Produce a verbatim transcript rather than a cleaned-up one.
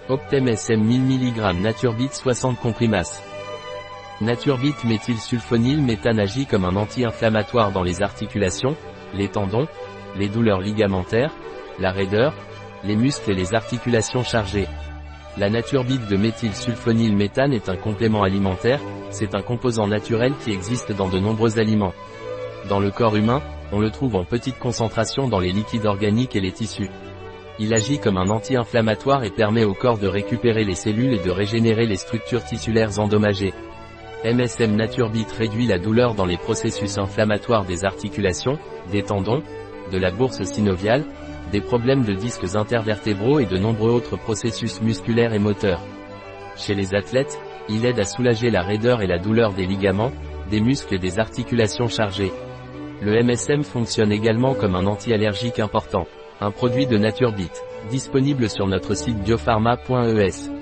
Optem S M mille milligrammes Naturbit soixante comprimas. Naturbit méthylsulfonyl méthane agit comme un anti-inflammatoire dans les articulations, les tendons, les douleurs ligamentaires, la raideur, les muscles et les articulations chargées. La Naturbit de méthylsulfonyl méthane est un complément alimentaire, c'est un composant naturel qui existe dans de nombreux aliments. Dans le corps humain, on le trouve en petite concentration dans les liquides organiques et les tissus. Il agit comme un anti-inflammatoire et permet au corps de récupérer les cellules et de régénérer les structures tissulaires endommagées. M S M Naturbit réduit la douleur dans les processus inflammatoires des articulations, des tendons, de la bourse synoviale, des problèmes de disques intervertébraux et de nombreux autres processus musculaires et moteurs. Chez les athlètes, il aide à soulager la raideur et la douleur des ligaments, des muscles et des articulations chargées. Le M S M fonctionne également comme un anti-allergique important. Un produit de Naturbit, disponible sur notre site biopharma point e s.